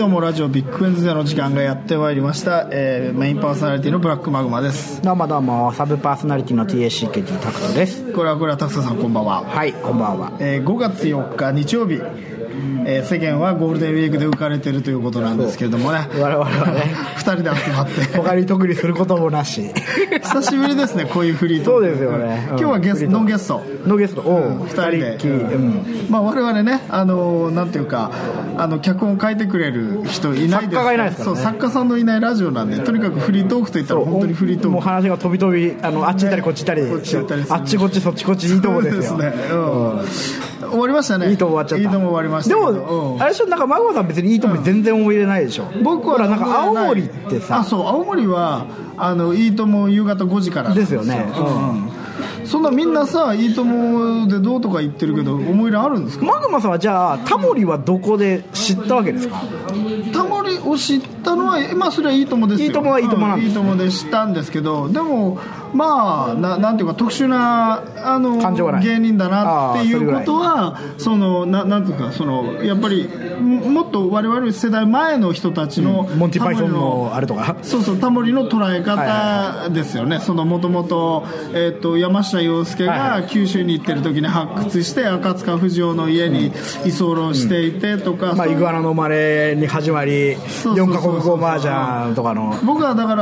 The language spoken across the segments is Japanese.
今日もラジオビッグウェンズデーの時間がやってまいりました、メインパーソナリティのブラックマグマです。 どうもどうも、サブパーソナリティの TACKT タクトです。 これはタクトさんこんばんは。 はい、こんばんは。 5月4日日曜日、世間はゴールデンウィークで浮かれているということなんですけれどもね、 我々はね 2人で集まって他に特にすることもなし久しぶりですね、こういうフリートーク。 そうですよね、 今日はノンゲスト 2人で、 まあ、我々ね、なんていうか脚本書いてくれる人いないです、 作家がいないですからね。 そう、作家さんのいないラジオなんで、とにかくフリートークといったら本当にフリートーク、 もう話が飛び飛びあっち行ったりこっち行ったり、あっちこっちそっちこっち、いいとこですよ。 そうですね、終わりましたね。 いいとこ終わっちゃった。 いいとこ終わりましたけど。 でも、あれでしょ、なんかマグマさん別にいいとこ全然思い入れないでしょ。 僕はなんか青森ってさ、 そう、青森はいいとも夕方5時からですよね。 そんなみんなさ、いいともでどうとか言ってるけど、思い入れあるんですか？ マグマさんはじゃあタモリはどこで知ったわけですか？ タモリを知ったのは、まあそれはいいともですよ。 いいともはいいともなんです。 いいともで知ったんですけど、でもまあなんていうか特殊な芸人だなっていうことは、なんていうかやっぱりもっと我々世代前の人たちの、 モンティパイソンのあれとか、 そうタモリの捉え方ですよね。もともと山下洋輔が九州に行ってる時に発掘して赤塚不二夫の家に居候していてとか、 イグアナの生まれに始まり、4カ国語麻雀とかの、 僕はだから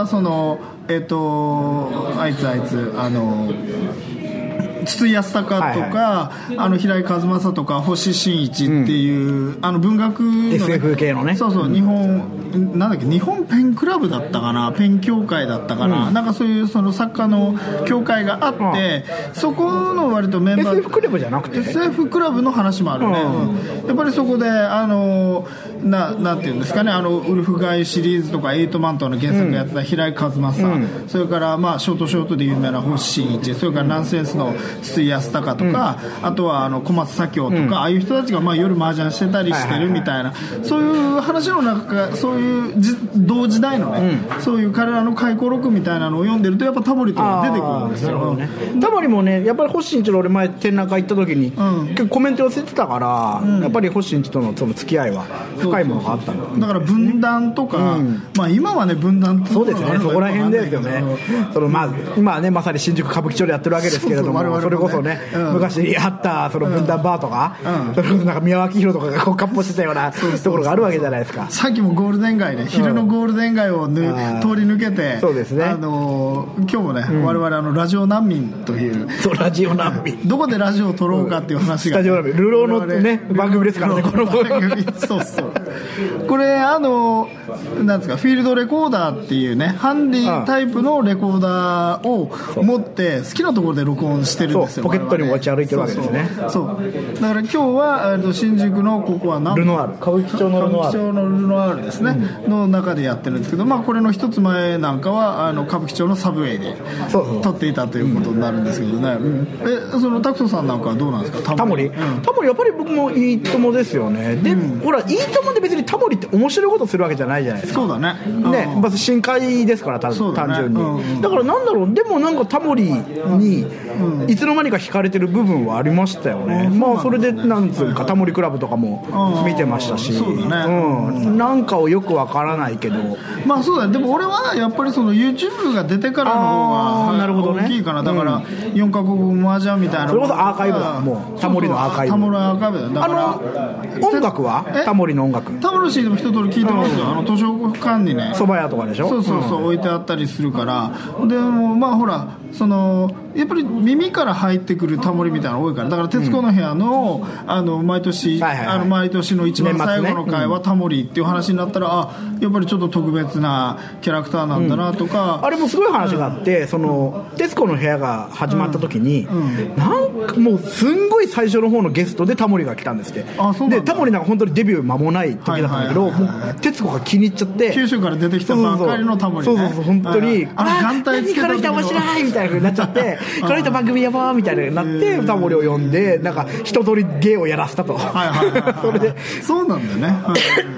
あいつ筒井康隆とか、平井和正とか星新一っていう、文学の、 SF 系のね、 そう日本ペンクラブだったかな、ペン協会だったかな、なんかそういう作家の協会があって、そこの割とメンバー SF クラブじゃなくて、 SF クラブの話もあるね、やっぱりそこでなんていうんですかね、ウルフガイシリーズとかエイトマントの原作やってた平井和正、それからショートで有名な星新一、それからナンセンスの筒井康隆とか、あとは小松左京とか、ああいう人たちが夜麻雀してたりしてるみたいな、そういう話の中、そういう同時代のね、そういう彼らの回顧録みたいなのを読んでると、やっぱタモリとか出てくるんですよ。 タモリもね、やっぱり星新一の俺前展覧会行った時に、結構コメント寄せてたから、やっぱり星新一との付き合いは深いものがあったんだから分断とか、今はね分断ってそうですね、そこら辺ですよね。今はね、まさに新宿歌舞伎町でやってるわけですけれども、それこそね、昔あった分断バーとか、それこそなんか宮脇宏とかがこう割烹してたようなところがあるわけじゃないですか。 さっきもゴールデン街ね、昼のゴールデン街を通り抜けて、 そうですね、 今日もね、我々ラジオ難民という、 ラジオ難民、 どこでラジオを撮ろうかっていう話が、 スタジオ難民、流浪のね番組ですからね、この番組。 そうこれなんですか、フィールドレコーダーっていうね、ハンディタイプのレコーダーを持って好きなところで録音してるんですよ。 ポケットに持ち歩いてるわけですね。 そうだから今日は新宿のここはルノアール、歌舞伎町のルノアールですね、の中でやってるんですけど、これの一つ前なんかは歌舞伎町のサブウェイで撮っていたということになるんですけどね。タクトさんなんかはどうなんですか？タモリやっぱり僕もいいともですよね。で、ほらいいともで別にタモリって面白いことするわけじゃないじゃないですか。 そうだね。 まず深海ですから単純に。だからなんだろう、でもなんかタモリにいつの間にか惹かれてる部分はありましたよね。それでなんつうかタモリクラブとかも見てましたし、なんかをよくわからないけど、 そうだね。でも俺はやっぱりYouTube が出てからの方が大きいかな。だから4カ国語麻雀みたいな、 それこそアーカイブだ、もうタモリのアーカイブ。 タモリのアーカイブだ。だから音楽はタモリの音楽、 タモリ氏でも一通り聞いてますよ。図書館にね、 蕎麦屋とかでしょ。 そう置いてあったりするから。でもほらやっぱり耳から入ってくるタモリみたいなの多いから、だから徹子の部屋の毎年の一番最後の回はタモリっていう話になったら、やっぱりちょっと特別なキャラクターなんだなとか、 あれもすごい話があって、徹子の部屋が始まった時に、なんかもうすんごい最初の方のゲストでタモリが来たんですって。でタモリなんか本当にデビュー間もない時だったんだけど、もう徹子が気に入っちゃって、 九州から出てきたばっかりのタモリね、 本当に眼帯つけた時の面白いみたいな風になっちゃってこの人番組やばーみたいになってタモリを呼んで、なんか一通り芸をやらせたと。それでそうなんだよね。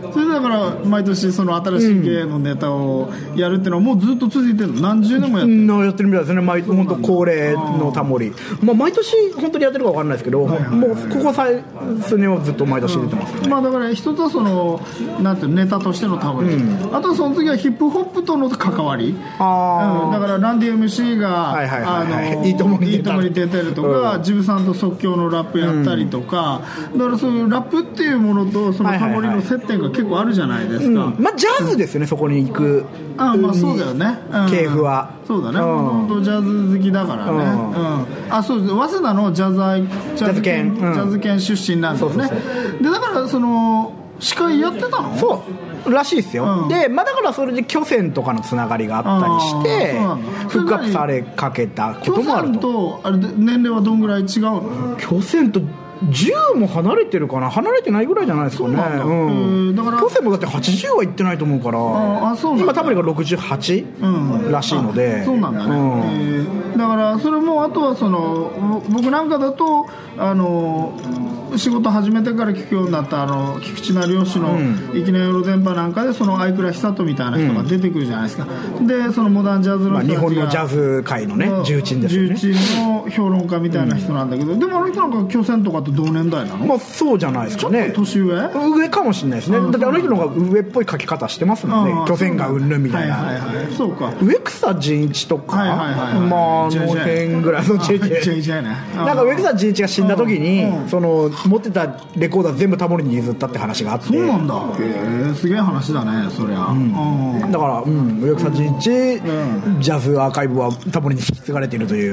それだから毎年その新しい芸のネタをやるっていうのはもうずっと続いてるの？何十年もやってるの？ やってるみたいですね。本当恒例のタモリ、毎年本当にやってるか分かんないですけど、もうここ数年はずっと毎年出てますよね。 だから一つはそのなんていうネタとしてのタモリ、あとはその次はヒップホップとの関わり、だからランディ MC がいいともに出てるとか、ジブさんと即興のラップやったりとか、だからそういうラップっていうものとそのタモリの接点が結構あるじゃないですか。 ジャズですよね、そこに行く。 そうだよね。 系譜はそうだね。本当ジャズ好きだからね。そうです。早稲田のジャズ研出身なんですね。でだからその司会やってたの？ そうらしいですよ。でだからそれで巨泉とかのつながりがあったりしてフックアップされかけたこともあると。 巨泉とあれ年齢はどんぐらい違うの？ 巨泉と10も離れてるかな、離れてないぐらいじゃないですかね。だから巨泉もだって80はいってないと思うから、今タモリが68らしいので。 そうなんだね。だからそれもあとはその僕なんかだと仕事始めてから聞くようになった菊池成吉の「いきなり夜電波」なんかでその相倉久人みたいな人が出てくるじゃないですか。でそのモダンジャズの人たちが、 日本のジャズ界のね重鎮ですよね。 重鎮の評論家みたいな人なんだけど、でもあの人なんか巨泉とかと同年代なの？ そうじゃないですかね。 ちょっと年上かもしれないですね。だってあの人の方が上っぽい書き方してますもんね。巨泉がうんぬんみたいな。 そうか。 植草仁一とかあの辺ぐらいのなんか植草仁一が死んだ時にその持ってたレコーダー全部タモリに譲ったって話があって。 そうなんだ。すげえ話だねそりゃ。 だから植草仁一ジャズアーカイブはタモリに引き継がれているという。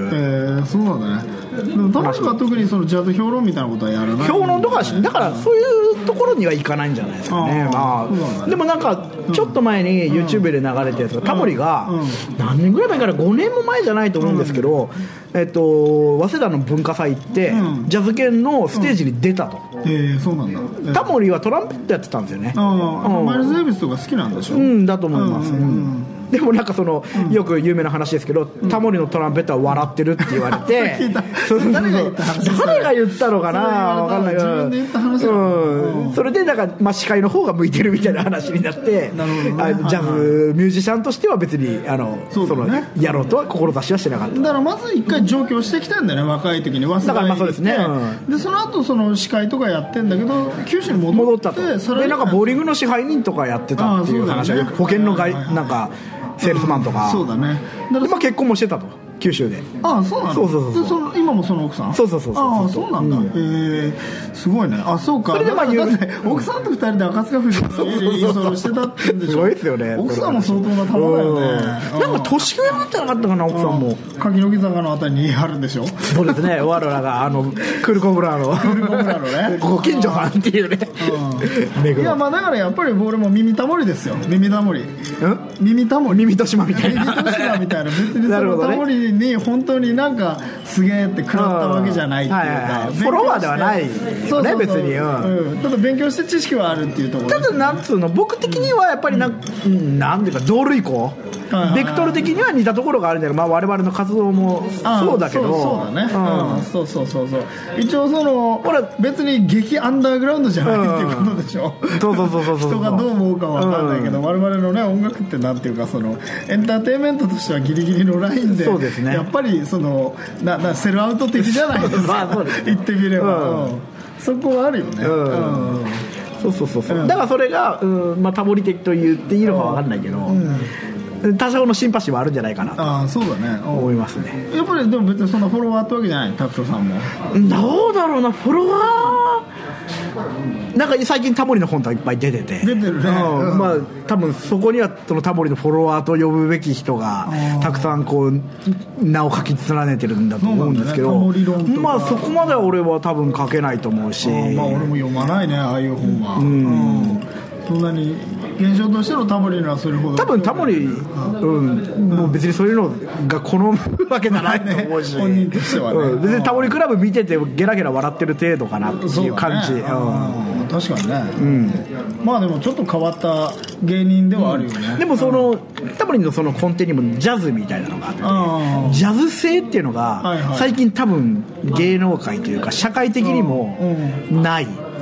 そうなんだね。でもタモリは特にそのジャズ評論みたいなことはやらない。 評論とかだからそういうところにはいかないんじゃないですかね。でもなんかちょっと前に YouTube で流れてるやつがタモリが何年ぐらい前から5年も前じゃないと思うんですけど、早稲田の文化祭行ってジャズ犬のステージに出たと。 そうなんだ。 タモリはトランペットやってたんですよね。 マイルズ・デイビスとか好きなんでしょ？ だと思います。でもなんかそのよく有名な話ですけど、タモリのトランペットは笑ってるって言われて誰が言ったのかな分かんないけど、自分で言った話だ。それでだから司会の方が向いてるみたいな話になって、ジャズミュージシャンとしては別にそのやろうとは志はしてなかった。 だからまず一回上京してきたんだよね、若い時に。 だからそうですね。 でその後その司会とかやってんだけど九州に戻ったと。 でなんかボーリングの支配人とかやってたっていう話はよく、保険のなんかセールスマンとか。 そうだね。 で結婚もしてたと、九州で。 そうなの。今もその奥さん？ そうそうなんだ。すごいね。そうか。それで奥さんと二人で赤塚不二の家で居候してたって言うんでしょ。 すごいですよね。 奥さんも相当な玉だよね。 なんか年上なんじゃなかったかな、奥さんも。 柿の木坂のあたりにあるんでしょ。 そうですね。我らがクールコブラのね、ご近所さんっていうね。 いやだからやっぱり俺も耳タモリですよ。耳タモリ。 耳と島みたいな。 耳と島みたいな。別にそのタモリに本当になんかすげえって食らったわけじゃないっていうか、 フォロワーではないよね、別に。 ただ勉強して知識はあるっていうところ。 ただなんつうの、僕的にはやっぱりなんていうか同類項、ベクトル的には似たところがあるんだけど、我々の活動もそうだけど。 そうだね。そう一応その別に激アンダーグラウンドじゃないっていうことでしょ。 そう人がどう思うかわかんないけど、我々のね音楽ってなんていうか、そのエンターテインメントとしてはギリギリのラインで、やっぱりそのセルアウト的じゃないですか。言ってみればそこはあるよね。 そうだからそれがタモリ的と言っていいのかわかんないけど、多少のシンパシーはあるんじゃないかなと。 そうだね。 思いますね。 やっぱりでも別にそんなフォロワーってわけじゃない、タクトさんも。 どうだろうな、フォロワーなんか最近タモリの本とかいっぱい出てて。 出てるね。 多分そこにはそのタモリのフォロワーと呼ぶべき人がたくさんこう名を書き連ねてるんだと思うんですけど、そこまでは俺は多分書けないと思うし。 俺も読まないね、ああいう本は。そんなに現象としてのタモリのはそれほど多分タモリ、もう別にそういうのが好むわけじゃないと思うし、 本人としてはね、 別にタモリクラブ見ててゲラゲラ笑ってる程度かなっていう感じ。 確かにね。でもちょっと変わった芸人ではあるよね。 でもそのタモリのその根底にもジャズみたいなのがあって、ジャズ性っていうのが最近多分芸能界というか社会的にもない。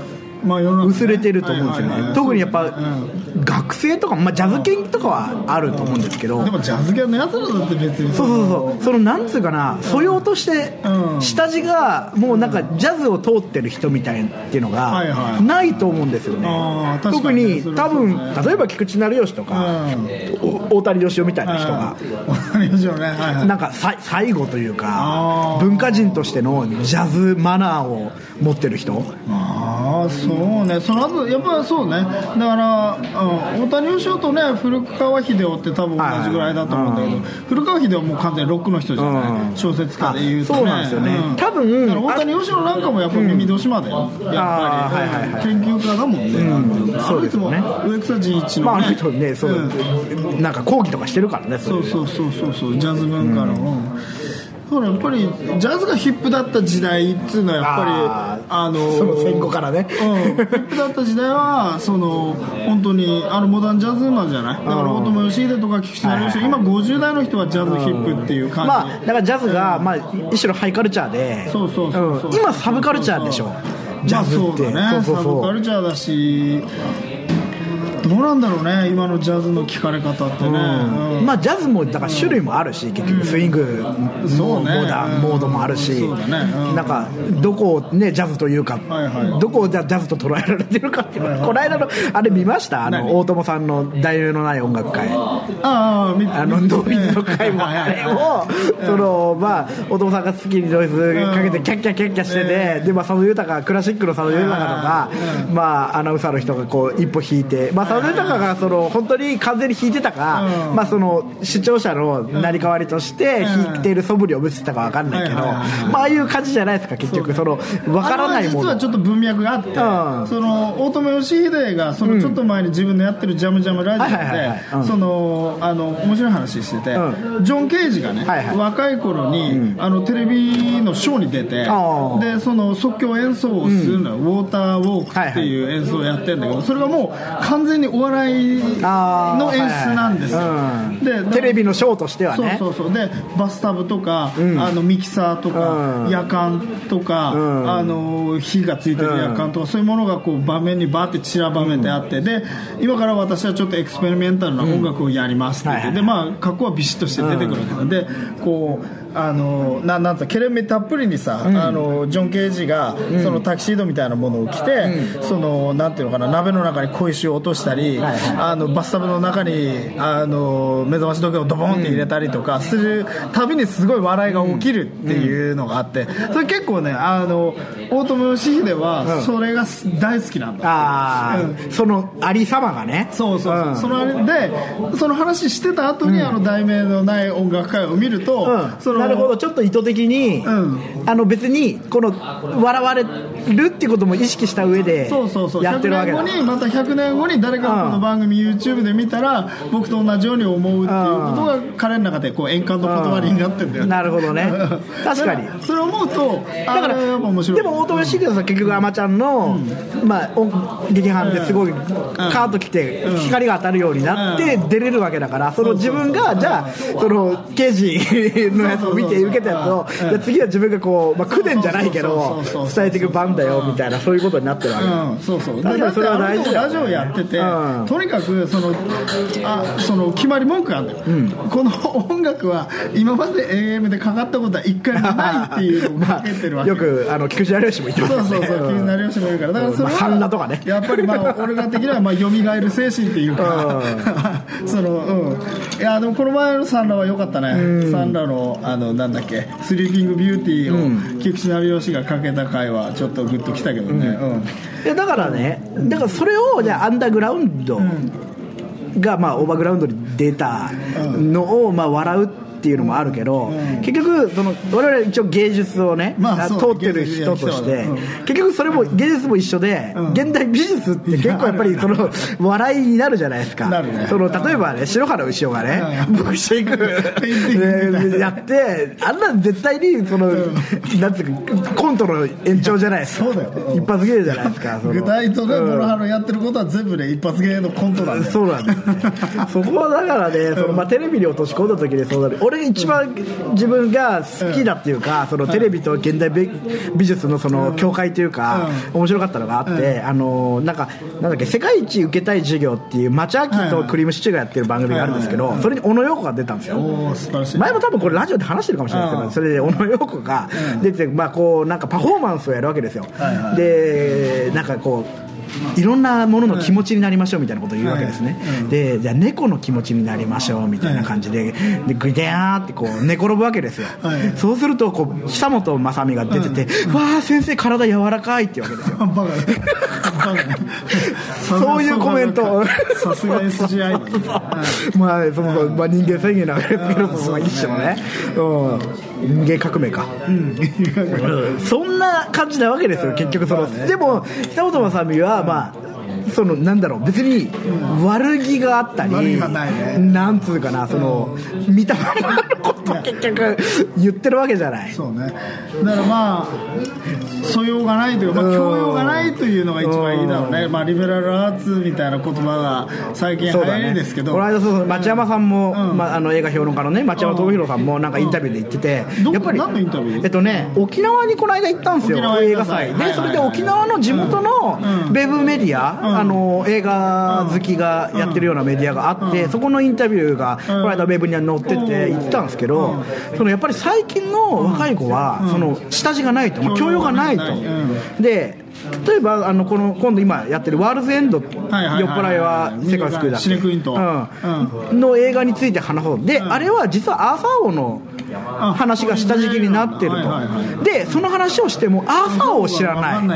薄れてると思うんですよね。特にやっぱ学生とか、ジャズ犬とかはあると思うんですけど、 でもジャズ犬のやつらだって別にそのなんつうかな、素養として下地がもうなんかジャズを通ってる人みたいっていうのがないと思うんですよね。特に多分例えば菊池成吉とか大谷義雄みたいな人がなんか最後というか文化人としてのジャズマナーを持ってる人。 そうね、その後やっぱそうね、だから大谷義雄とね古川秀夫って多分同じぐらいだと思うんだけど、古川秀夫はもう完全にロックの人じゃない、小説家でいうとね。 そうなんですよね、多分大谷義雄なんかもやっぱ耳戸島でやっぱり研究家だもんね。 そうですね、 植草仁一のあの人ね、なんか講義とかしてるからね。 そうジャズ文化の、やっぱりジャズがヒップだった時代っていうのはやっぱりその戦後からね、 ヒップだった時代は本当にモダンジャズマンじゃない。だから大友義秀とか菊池成吉、今50代の人はジャズヒップっていう感じ、 だからジャズが、一種のハイカルチャーで、今サブカルチャーでしょジャズって。 サブカルチャーだし、どうなんだろうね今のジャズの聴かれ方ってね。 ジャズもだから種類もあるし、結局スイングモダンモードもあるし、なんかどこをねジャズというか、どこをジャズと捉えられてるかっていうの、この間のあれ見ました？大友さんの題名のない音楽会、ノイズの会もあれを大友さんが好きにノイズかけてキャッキャキャッキャしてて、で佐野豊、クラシックの佐野豊とかアナウンサーの人がこう一歩引いて、佐野豊が本当に完全に弾いてたか、視聴者の成り代わりとして弾いている素振りを見せてたか分かんないけど、ああいう感じじゃないですか結局。分からないもの、 実はちょっと文脈があって、大友義秀がちょっと前に自分のやってるジャムジャムラジオで面白い話してて、ジョン・ケージがね若い頃にテレビのショーに出て、で即興演奏をするのよ、ウォーターウォークっていう演奏をやってるんだけど、それがもう完全にお笑いの演出なんですよ。でテレビのショーとしてはね。 でバスタブとか、ミキサーとか、夜間とか、火がついてる夜間とか、そういうものがこう場面にバーって散らばめてあって、で今から私はちょっとエクスペリメンタルな音楽をやりますって言って、で格好はビシッとして出てくるんだけど、でこうなんとケレン味たっぷりにさ、ジョン・ケージがそのタキシードみたいなものを着て、なんていうのかな、鍋の中に小石を落としたり、バスタブの中に目覚まし時計をドボンって入れたりとかするたびにすごい笑いが起きるっていうのがあって、それ結構ね大友義秀はそれが大好きなんだ。 そのありさまがね。 そのあれでその話してた後に題名のない音楽会を見ると、 なるほど、ちょっと意図的に、別にこの笑われるっていうことも意識した上でやってるわけだ。 100年後に誰かがこの番組 YouTube で見たら僕と同じように思うっていうことが彼の中でこう円環の断りになってるんだよ。 なるほどね確かにそれを思うとだからやっぱ面白い。 でも大友義秀さん結局アマちゃんの劇団ですごいカーッと来て光が当たるようになって出れるわけだから、自分がじゃあ刑事のやつを見て受けたやつをじゃあ次は自分がこう口伝じゃないけど伝えていく番だよみたいな、そういうことになってるわけ。 だからそれは大事だ。ラジオやっててとにかくその決まり文句があるんだよ、この音楽は今まで AM でかかったことは一回もないっていうのをかけてるわけ。 よく菊池成吉も言ってますね。 菊池成吉も言うから、だからそれはサンラとかね、 やっぱり俺ら的には蘇る精神っていうかいやでもこの前のサンラは良かったね。サンラのなんだっけ、スリーピングビューティーを菊池成吉がかけた回はちょっとグッときたけどね。 だからね、だからそれをじゃあアンダーグラウンドがオーバーグラウンドに出たのを笑うっていうのもあるけど、結局我々一応芸術をね、通ってる人として、結局それも芸術も一緒で、現代美術って結構やっぱり笑いになるじゃないですか。例えばね、篠原牛尾がねボクシングやってあんな絶対になんていうかコントの延長じゃないですか。一発芸じゃないですか。 具体とねモロハのやってることは全部ね一発芸のコントなんで。 そうなんですそこはだからねテレビに落とし込んだ時にそうなる。俺俺が一番自分が好きだっていうか、そのテレビと現代美術のその境界というか、面白かったのがあって、なんだっけ、世界一受けたい授業っていう町明とクリームシチューがやってる番組があるんですけど、それに小野陽子が出たんですよ。前も多分これラジオで話してるかもしれないですけど、それで小野陽子が出て、こうなんかパフォーマンスをやるわけですよ。でなんかこういろんなものの気持ちになりましょうみたいなことを言うわけですね。でじゃあ猫の気持ちになりましょうみたいな感じで、グデャーってこう寝転ぶわけですよ。そうするとこう久本雅美が出てて、わー先生体柔らかいって言うわけですよ。そういうコメント。 さすが SGI まあ人間宣言なわけですけど、一種のね、人間革命か、そんな感じなわけですよ結局。でも久本雅美はそのなんだろう、別に悪気があったり、なんつうかな、その見たままのことを結局言ってるわけじゃない。 そうね。だから素養がないというか、教養がないというのが一番いいだろうね。リベラルアーツみたいな言葉が最近流行りですけど、 この間町山さんも、映画評論家のね町山智博さんもなんかインタビューで言ってて、やっぱり何のインタビュー？ 沖縄にこの間行ったんですよ、映画祭で。それで沖縄の地元のウェブメディア、映画好きがやってるようなメディアがあって、そこのインタビューがこの間ウェブに載ってて言ってたんですけど、やっぱり最近の若い子はその下地がないと、教養がないと。で例えば今度今やってるワールズエンド、酔っ払いは世界を救うだシネクイントの映画について話そう。であれは実はアーサー王の話が下敷きになってると。でその話をしてもアーサー王を知らない。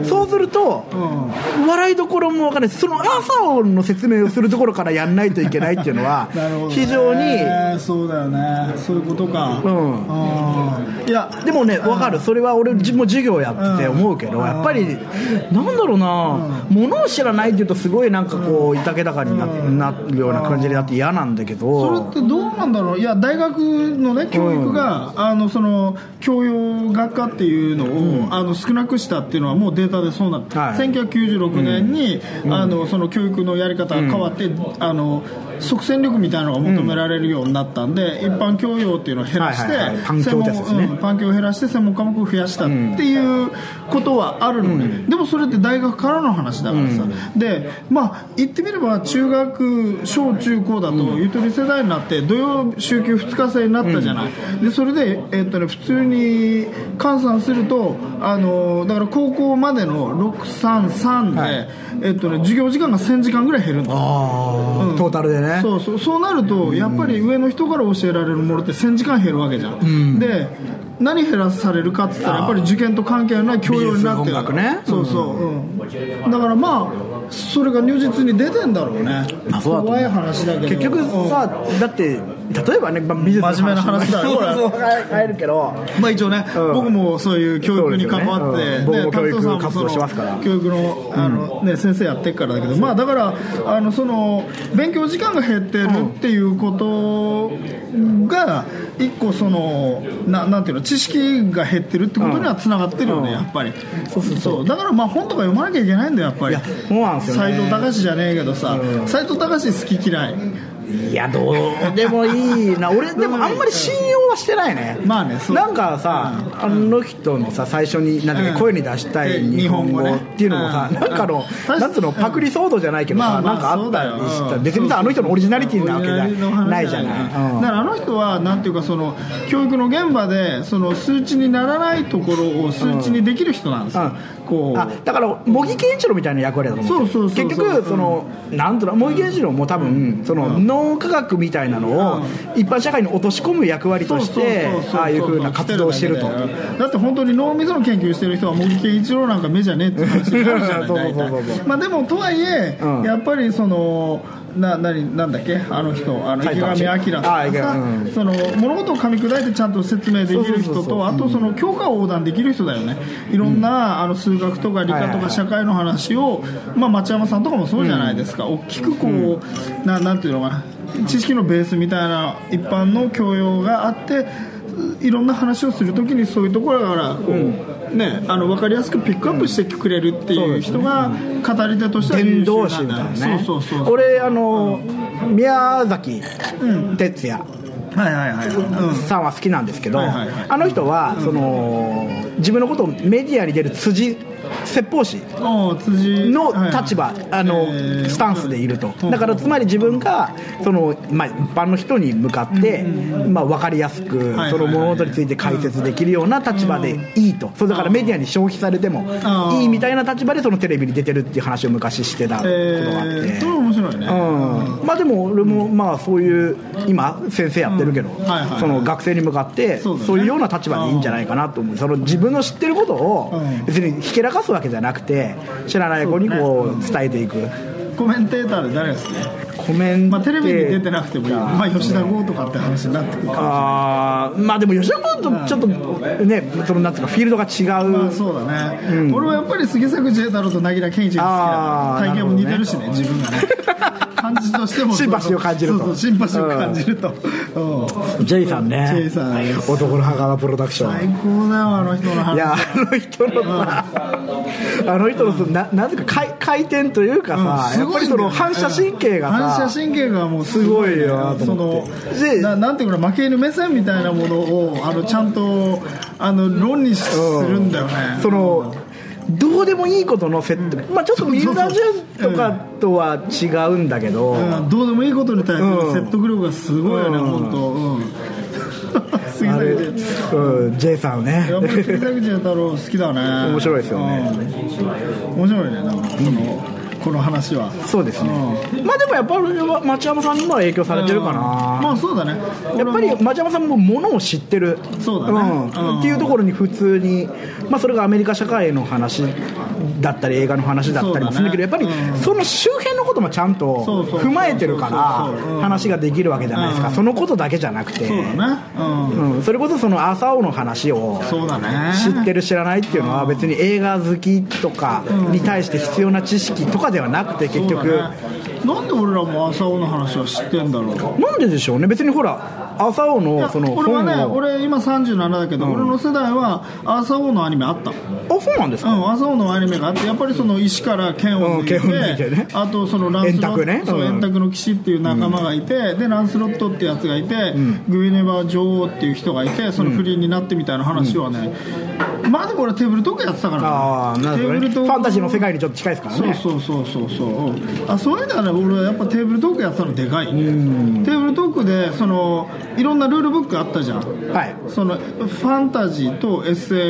そうすると笑いどころも分からない。そのアーサー王の説明をするところからやんないといけないっていうのは非常にそうだよね。そういうことか。 いやでもね分かる。それは俺も授業やってて思うけど、やっぱりなんだろうな、ものを知らないっていうとすごいなんかこういたけだかになるような感じでなって嫌なんだけど、 それってどうなんだろう。いや大学のね教育が、その教養学科っていうのを、少なくしたっていうのはもうデータでそうなって、1996年に、その教育のやり方が変わって、即戦力みたいなのが求められるようになったんで、一般教養っていうのを減らして、 パン教を減らして専門科目を増やしたっていうことはあるのね。でもそれって大学からの話だからさ。で言ってみれば中学小中高だとゆとり世代になって土曜週休2日制になったじゃない。でそれで、普通に換算するとだから高校までの633で、授業時間が1000時間ぐらい減るんだ。 トータルでね。 そうなるとやっぱり上の人から教えられるものって1000時間減るわけじゃん。で何減らされるかって言ったらやっぱり受験と関係のない教養になってる。 音楽ね。 だからそれが如実に出てんだろうね。怖い話だけど結局さ、だって例えばね、美術の真面目な話だよこれ変えるけど、 一応ね、僕もそういう教育に関わって僕も教育活動してますから、 教育の先生やってるからだけど、だからその勉強時間が減ってるっていうことが一個そのなんていうの、知識が減ってるってことにはつながってるよね、やっぱり。そうだから本とか読まなきゃいけないんだよやっぱり。斎藤隆じゃねえけどさ、斎藤隆好き嫌い。 いやどうでもいいな。俺でもあんまり信用はしてないね。なんかさ、あの人のさ最初になんか声に出したい日本語っていうのもさ、なんかなんつうのパクリ騒動じゃないけどさ、なんかあったりした。別にさあの人のオリジナリティなわけじゃないじゃない。だからあの人はなんていうか、その教育の現場でその数値にならないところを数値にできる人なんですよ。 だから茂木健一郎みたいな役割だと思う。結局そのなんとな茂木健一郎も多分その脳科学みたいなのを一般社会に落とし込む役割としてああいう風な活動をしてると。 だって本当に脳みその研究してる人は茂木健一郎なんか目じゃねえって話になるじゃない大体。でもとはいえやっぱりそのなんだっけあの人池上彰とかさ、その物事を噛み砕いてちゃんと説明できる人と、あとその教科を横断できる人だよね。いろんな数学とか理科とか社会の話を町山さんとかもそうじゃないですか。大きくこうなんていうのかな、知識のベースみたいな一般の教養があって、いろんな話をするときにそういうところからこう、分かりやすくピックアップしてくれるっていう人が語り手としては優秀なんだよね。 俺宮崎哲也さんは好きなんですけど、あの人はその自分のことをメディアに出る辻説法師の立場、スタンスでいると。だからつまり自分がその、一般の人に向かって、分かりやすくその物事について解説できるような立場でいいと。それだからメディアに消費されてもいいみたいな立場でそのテレビに出てるっていう話を昔してたことがあって、 それ面白いね。 でも俺もそういう今先生やってるけど、その学生に向かってそういうような立場でいいんじゃないかなと思う。その自分の知ってることを別にひけらかすわけじゃなくて、知らない子にこう伝えていく。 コメンテーターで誰が好き？ コメンテレビに出てなくてもいい。吉田剛とかって話になってくるかもしれない。 でも吉田剛とちょっとね、そのなんていうかフィールドが違う。 そうだね。俺はやっぱり杉作 J 太郎と凪良健一が好きだ。体型も似てるしね、自分がね。感じとしてもシンパシーを感じると。 シンパシーを感じると。 J さんね。 J さん。 男の墓プロダクション。 最高だよ、あの人の話。 いや、あの人のなぜか回転というかさ、やっぱりその反射神経がさ。 反射神経がもうすごいよと思って。 なんていうか負け犬目線みたいなものをちゃんと論にするんだよね。 そのどうでもいいことのセット、ちょっと三浦淳とかとは違うんだけど、 どうでもいいことに対する説得力がすごいよね、本当。杉作 J さんね。 やっぱり杉作 J 太郎好きだね。 面白いですよね。 面白いね、なんかこの話は。 そうですね。でもやっぱり町山さんにも影響されてるかな。 そうだね。 やっぱり町山さんもものを知ってる。 そうだね。 っていうところに普通に、それがアメリカ社会の話だったり映画の話だったりもするんだけど、やっぱりその周辺のこともちゃんと踏まえてるから話ができるわけじゃないですか。そのことだけじゃなくて、それこそその朝尾の話を知ってる知らないっていうのは別に映画好きとかに対して必要な知識とかではなくて、結局なんで俺らも朝尾の話は知ってんだろう。 なんででしょうね。別にほら朝尾のその本を、 俺はね、俺今37だけど、俺の世代は朝尾のアニメあった。 そうなんですか。 朝尾のアニメがあって、やっぱりその石から剣を抜いて、あとそのランスロット、円卓の騎士っていう仲間がいて、でランスロットってやつがいて、グイネバー女王っていう人がいて、その不倫になってみたいな話はね、でも俺テーブルトークやってたからね。 テーブルトーク、ファンタジーの世界にちょっと近いですからね。 そういう意味ではね、俺はやっぱテーブルトークやってたのでかい。テーブルトークでそのいろんなルールブックあったじゃん。そのファンタジーと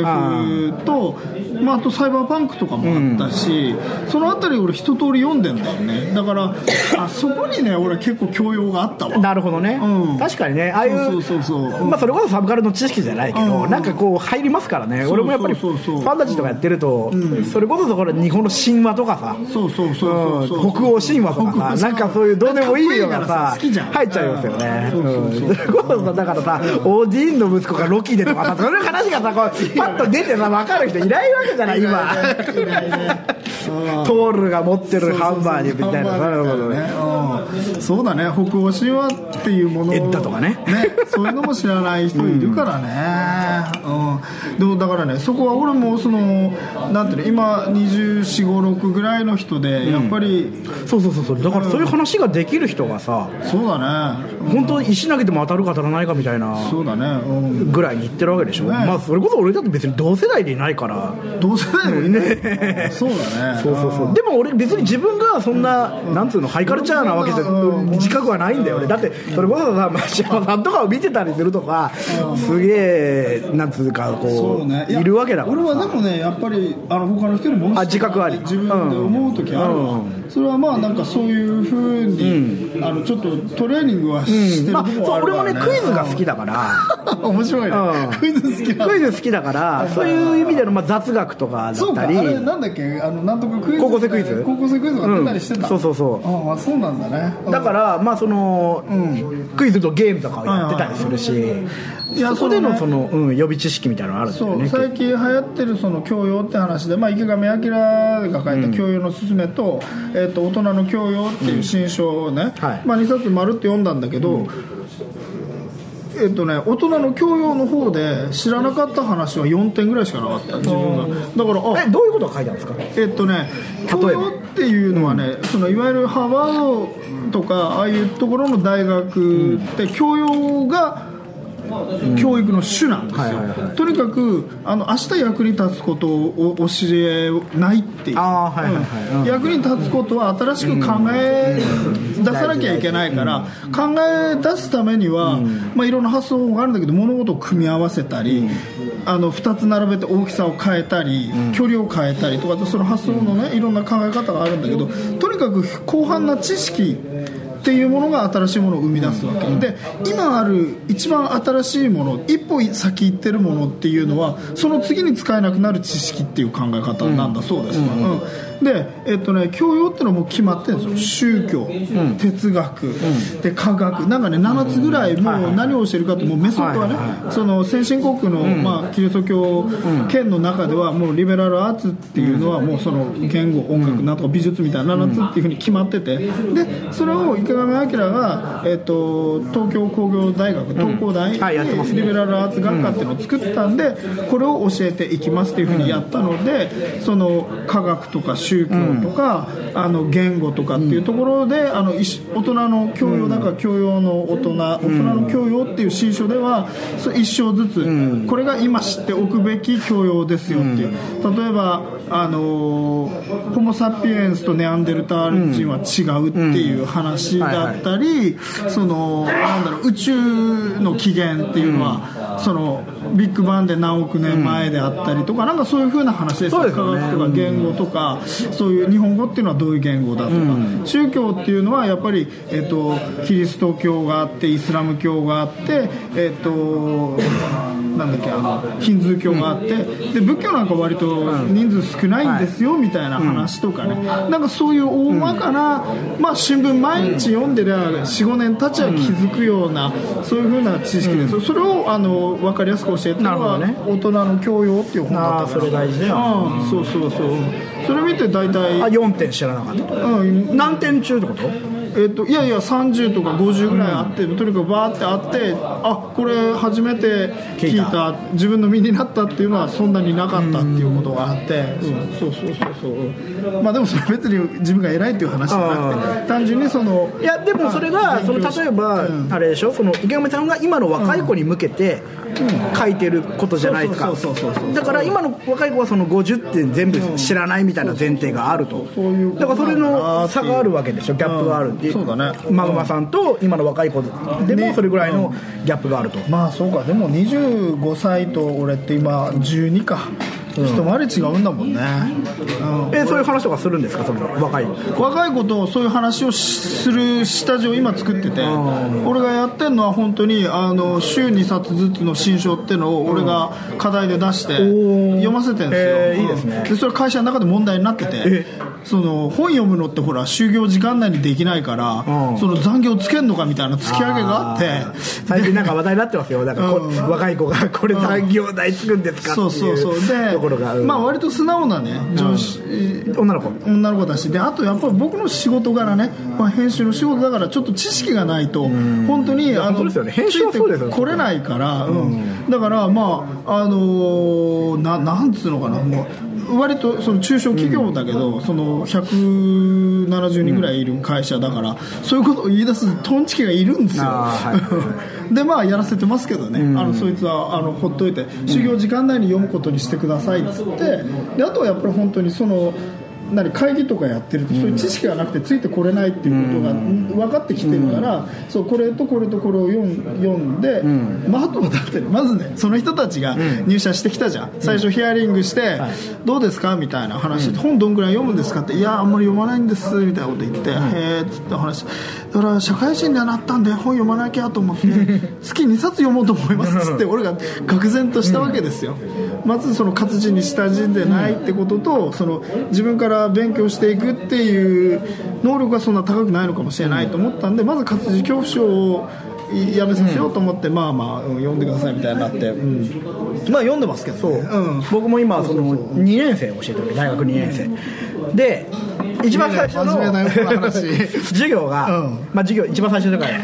SF と、あとサイバーパンクとかもあったし、そのあたり俺一通り読んでんだよね。だからそこにね、俺結構教養があったわ。 なるほどね。確かにね、ああいうそれこそサブカルの知識じゃないけど、なんかこう入りますからね。俺もやっぱりファンタジーとかやってると、それこそ日本の神話とかさ、北欧神話とかさ、なんかそういうどうでもいいようなさ入っちゃいますよね。だからさ、オーディーンの息子がロキでとかさ、その話がさこうパッと出てさ分かる人いないわけじゃない今。トールが持ってるハンマーにみたいな。なるほどね。 そうだね、北欧神話っていうものエッダとかね、 そういうのも知らない人いるからね。でもだからね、そこは俺もそのなんていうの、今24、5、6ぐらいの人でやっぱり、 そうだからそういう話ができる人がさ、 そうだね、 本当石投げても当たるか当たらないかみたいな、 そうだね、 ぐらいに言ってるわけでしょ。それこそ俺だって別に同世代でいないから。 同世代でね。そうだね。 でも俺別に自分がそんななんつうのハイカルチャーなわけじゃ自覚はないんだよね。だってそれこそさ、町山さんとかを見てたりするとか、すげえなんつうかこういるわけだから。 俺はでもね、やっぱり他の人にも自覚あり、 自分で思う時あるわ。それはなんかそういうふうにちょっとトレーニングはしてるところあるからね。 俺もねクイズが好きだから面白いね。クイズ好きだから、そういう意味での雑学とかだったり、 あれなんだっけ、なんとかクイズ、 高校生クイズが出たりしてた。そうなんだね。 だからそのクイズとゲームとかをやってたりするし、そこでのその予備知識みたいなのあるんだよね。 最近流行ってるその教養って話で、池上彰が書いた教養のすすめと、大人の教養っていう新書をね、2冊まるって読んだんだけど、 大人の教養の方で知らなかった話は4点ぐらいしかなかった自分が。だからどういうことが書いてあるんですか？ 教養っていうのはね、そのいわゆるハーバードとかああいうところの大学って教養が教育の主なんですよ、とにかく明日役に立つことを教えないっていう、役に立つことは新しく考え出さなきゃいけないから、考え出すためには、いろんな発想があるんだけど、物事を組み合わせたり、2つ並べて大きさを変えたり、距離を変えたりとか、その発想のねいろんな考え方があるんだけど、とにかく広範な知識っていうものが新しいものを生み出すわけで、今ある一番新しいもの、一歩先行ってるものっていうのはその次に使えなくなる知識っていう考え方なんだそうです、で、教養っていうのはもう決まってるんですよ。宗教、哲学、で科学、なんかね7つぐらいもう何を教えるかって、もうメソッドはね、その先進国の、キリスト教圏の中ではもうリベラルアーツっていうのはもうその言語、音楽、なんとか美術みたいな7つっていうふうに決まってて、でそれを池上彰が、東京工業大学、東工大リベラルアーツ学科っていうのを作ったんで、これを教えていきますっていうふうにやったので、その科学とか宗教とか、言語とかっていうところで、大人の教養だから教養の大人の教養っていう新書では一章ずつ、これが今知っておくべき教養ですよっていう、例えばホモ・サピエンスとネアンデルタール人は違うっていう話だったり、その宇宙の起源っていうのは、そのビッグバンで何億年前であったりとか、なんかそういう風な話です。科学とか言語とか、そういう日本語っていうのはどういう言語だとか、宗教っていうのはやっぱり、キリスト教があってイスラム教があって、なんだっけ、ヒンズー教があって、で仏教なんか割と人数少ないんですよみたいな話とかね、なんかそういう大まかな、新聞毎日読んでりゃ 4,5 年経ちは気づくような、そういう風な知識です。それを分かりやすく教えてるのは大人の教養っていう本だったから。 それ大事だよ。 そうそれ見て大体 4点知らなかった。何点中ってこと？ いやいや30とか50ぐらいあって、とにかくバーってあって、これ初めて聞いた、自分の身になったっていうのはそんなになかったっていうことがあって、そうでもそれ別に自分が偉いっていう話じゃなくて、単純にその、 いやでもそれが例えばあれでしょ、その池上さんが今の若い子に向けて書いてることじゃないですか。だから今の若い子はその50点全部知らないみたいな前提があると、だからそれの差があるわけでしょ、ギャップがある。 そうだね、 マグマさんと今の若い子でもそれぐらいのギャップがあると。 そうか。でも25歳と俺って今12か、一回り違うんだもんね。 そういう話とかするんですか、その若い子とそういう話をする下地を今作ってて、俺がやってるのは本当に週2冊ずつの新書ってのを俺が課題で出して読ませてるんですよ。 いいですね。 でそれ会社の中で問題になってて、その本読むのってほら就業時間内にできないから、その残業つけんのかみたいな突き上げがあって、 最近なんか話題になってますよ。なんか若い子がこれ残業代つくんですかっていうところが、 割と素直なね上司、女の子だし、であとやっぱり僕の仕事柄ね、編集の仕事だからちょっと知識がないと本当に編集はそうですよね、 来れないから、だからなんつうのかな、もう割とその中小企業だけど、その170人ぐらいいる会社だから、そういうことを言い出すトンチキがいるんですよ。でやらせてますけどね、そいつはほっといて就業時間内に読むことにしてくださいっつって、であとはやっぱり本当にその会議とかやってるとそういう知識がなくてついてこれないっていうことが分かってきてるから、そうこれとこれとこれを読んで、あとはだってまずね、その人たちが入社してきたじゃん、最初ヒアリングして、どうですかみたいな話で、本どんぐらい読むんですかって、いやあんまり読まないんですみたいなこと言って、へーっつって話、だから社会人にはなったんで本読まなきゃと思って月2冊読もうと思いますっつって俺が愕然としたわけですよ。まずその活字に下地でないってことと、その自分から勉強していくっていう能力がそんな高くないのかもしれないと思ったんで、まず活字恐怖症をやめさせようと思って、読んでくださいみたいになって、読んでますけどね。 僕も今その2年生を教えてる、大学2年生で一番最初の授業が、授業一番最初だから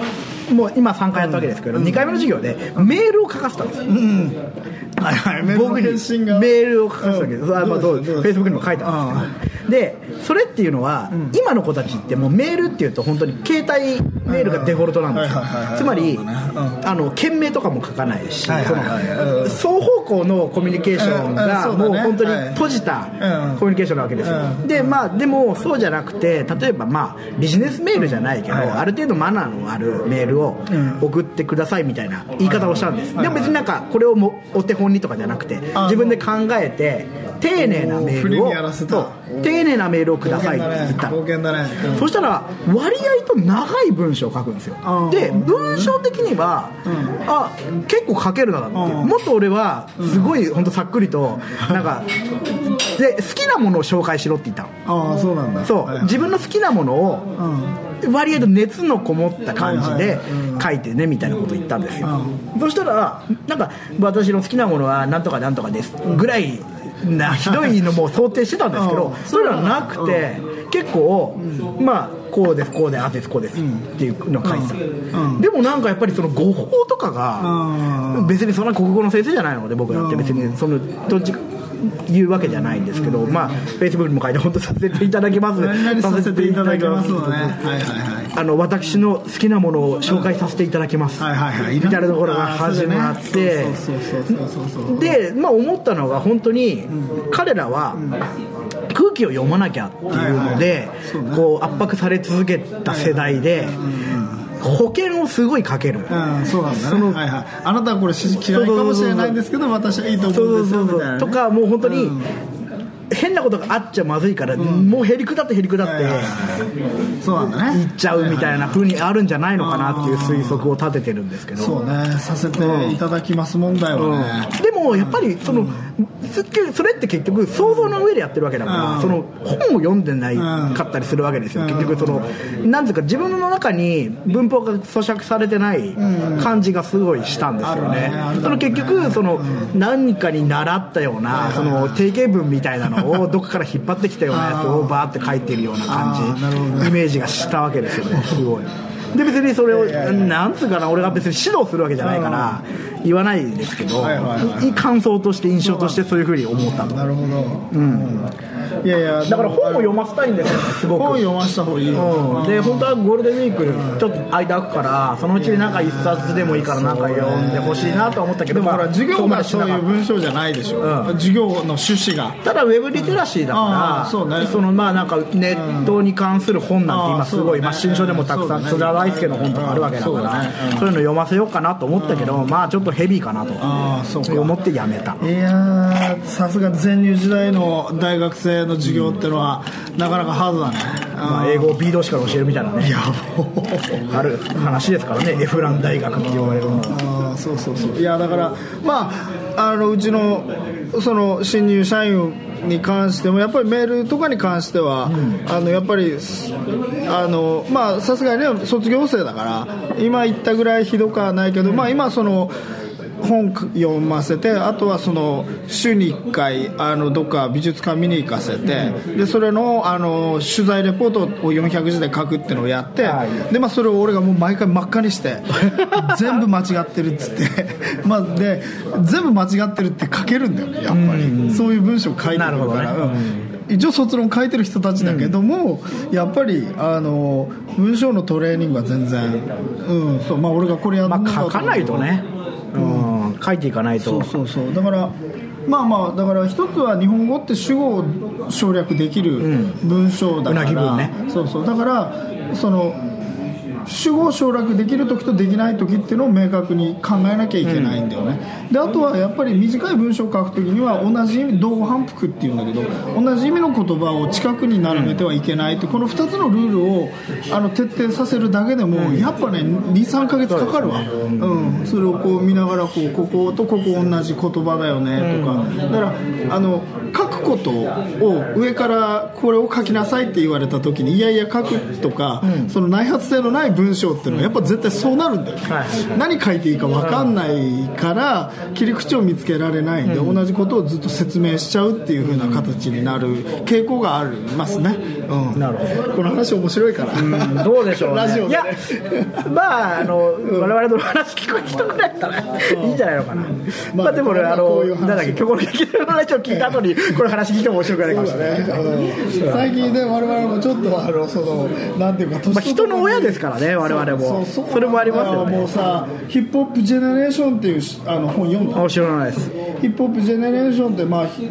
もう今3回やったわけですけど、2回目の授業でメールを書かせたんですよ、僕にメールを書かせたわけです。フェイスブックにも書いてあるんですけど、でそれっていうのは、今の子たちってもうメールっていうと本当に携帯メールがデフォルトなんですよ。つまり件名とかも書かないし、双方向のコミュニケーションがもう本当に閉じたコミュニケーションなわけですよ。ででもそうじゃなくて、例えばビジネスメールじゃないけど、ある程度マナーのあるメールを送ってくださいみたいな言い方をしたんです。でも別になんかこれをお手本にとかじゃなくて、自分で考えて丁寧なメールを丁寧なメールをくださいって言った。そしたら割合と長い文章を書くんですよ。で文章的には結構書けるなって、もっと俺はすごい本当さっくりとなんかで好きなものを紹介しろって言ったの。 そうなんだ。 そう自分の好きなものを割合と熱のこもった感じで書いてねみたいなことを言ったんですよ。そしたらなんか私の好きなものはなんとかなんとかですぐらいひどいのも想定してたんですけど、それはなくて結構こうですこうであですこうですっていうのを書いてた。でもなんかやっぱりその語法とかが別にそんな国語の先生じゃないので、僕だって別にそのどっち言うわけじゃないんですけど、Facebook にも書いて本当させていただきますさせていただきますのね。 私の好きなものを紹介させていただきますみたいなところが始まって、で思ったのが本当に彼らは空気を読まなきゃっていうのでこう圧迫され続けた世代で保険をすごいかける。 そうなんだね。あなたはこれ嫌いかもしれないんですけど私はいいと思うんですよみたいなね。 とかもう本当に変なことがあっちゃまずいから、もうへりくだってそうなんだね言っちゃうみたいな風にあるんじゃないのかなっていう推測を立ててるんですけど。 そうね、させていただきます問題はね。 でもやっぱりそれって結局想像の上でやってるわけだから、その本を読んでないかったりするわけですよ。結局そのなんていうか自分の中に文法が咀嚼されてない感じがすごいしたんですよね。その結局その何かに習ったようなその定型文みたいなのをどこから引っ張ってきたようなやつをバーって書いてるような感じイメージがしたわけですよね。すごい。で別にそれをなんつうかな、俺が別に指導するわけじゃないから言わないですけど、感想として印象としてそういうふうに思ったと。 なるほど。いやいやだから本を読ませたいんですよね。すごく本読ませた方がいいよ。 で本当はゴールデンウィークちょっと間空くからそのうちになんか一冊でもいいからなんか読んでほしいなと思ったけど、 でも授業がそういう文章じゃないでしょ。授業の趣旨がただウェブリテラシーだから、そのなんかネットに関する本なんて今すごい新書でもたくさん津田大介の本とかあるわけだから、そういうの読ませようかなと思ったけど、ちょっとヘビーかなと思ってやめた。 いやさすが全入時代の大学生の授業ってのはなかなかハードだね。 英語を B 同士から教えるみたいなね、ある話ですからね。エフラン大学って呼ばれるの。 そういやだからうちのその新入社員に関してもやっぱりメールとかに関しては、やっぱりさすがにね卒業生だから今言ったぐらいひどくはないけど、今その本読ませて、あとはその週に1回どっか美術館見に行かせて、でそれの取材レポートを400字で書くっていうのをやって、でそれを俺がもう毎回真っ赤にして全部間違ってるっつってで全部間違ってるって書けるんだよねやっぱり。そういう文章書いてるから、一応卒論書いてる人たちだけども、やっぱり文章のトレーニングは全然俺がこれやるの書かないとね、書いていかないと。 そうだからだから一つは日本語って主語を省略できる文章だから、だからその主語を省略できる時とできない時っていうのを明確に考えなきゃいけないんだよね。であとはやっぱり短い文章を書く時には同じ意味同語反復っていうんだけど、同じ意味の言葉を近くに並べてはいけないって、この2つのルールを徹底させるだけでもやっぱね 2,3 ヶ月かかるわ。それをこう見ながらこことここ同じ言葉だよねとか、だから書くことを上からこれを書きなさいって言われた時にいやいや書くとか、その内発性のない文章っていうのはやっぱ絶対そうなるんだよね。何書いていいか分かんないから切り口を見つけられないんで、同じことをずっと説明しちゃうっていう風な形になる傾向がありますね。 なるほど。 この話面白いから、 どうでしょうね。 ラジオで、ね、 いやまあ我々の話聞く人ぐらいだったらいいんじゃないのかな。まあでもね、なんだっけ、キョコロ劇団の話を聞いた後にこれ話聞いても面白くないかもしれない。 最近ね、我々もちょっとなんていうか、 まあ、人の親ですからね、我々も。それもありますよね。 もうさ、ヒップホップジェネレーションっていう本読んだ？ 知らないです。 ヒップホップジェネレーションって、まああれ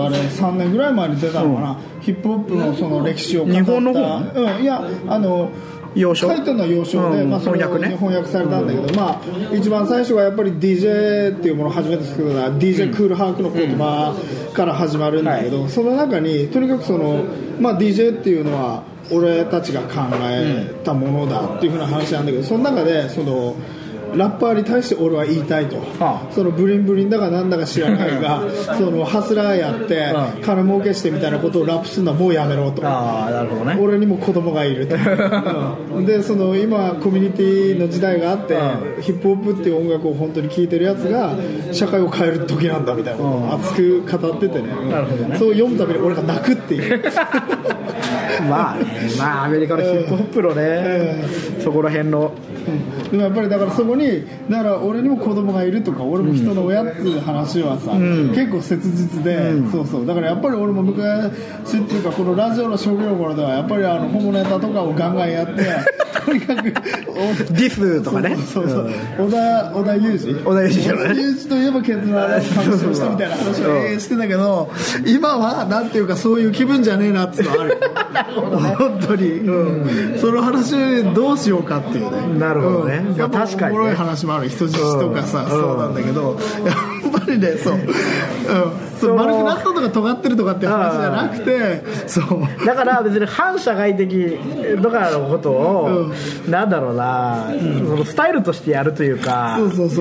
3年ぐらい前に出たのかな、ヒップホップのその歴史を語った。 日本の本？ いや洋書？ 書いてるのは洋書で、 翻訳ね。 翻訳されたんだけど、まあ一番最初はやっぱり DJ っていうものを初めて作るのは DJ クールハークの言葉から始まるんだけど、その中にとにかくまあ DJ っていうのは俺たちが考えたものだっていう風な話なんだけど、その中でラッパーに対して俺は言いたいと、ブリンブリンだかなんだか知らないがハスラーやって金儲けしてみたいなことをラップするのはもうやめろと。 なるほどね。 俺にも子供がいると、で今コミュニティの時代があって、ヒップホップっていう音楽を本当に聴いてるやつが社会を変える時なんだみたいなことを熱く語っててね、そう読むために俺が泣くっていうまあアメリカのヒップホップのね、そこら辺のでもやっぱりだからそこに俺にも子供がいるとか俺も人の親っていう話はさ、結構切実で、そうだからやっぱり俺も昔っていうかこのラジオの初期の頃ではやっぱりホモネタとかをガンガンやってとにかくディスとかね、 小田裕二といえばケツの監視をしたみたいな話をしてたけど、今はなんていうかそういう気分じゃねえなっていうのはある本当に、その話どうしようかっていうね。 なるほどね。 やっぱ確かにおもろい話もある、人質とかさ、そうなんだけど、やっぱりね、丸くなったとか尖ってるとかって話じゃなくて、 だから別に反社会的とかのことを、なんだろうな、そのスタイルとしてやるというか、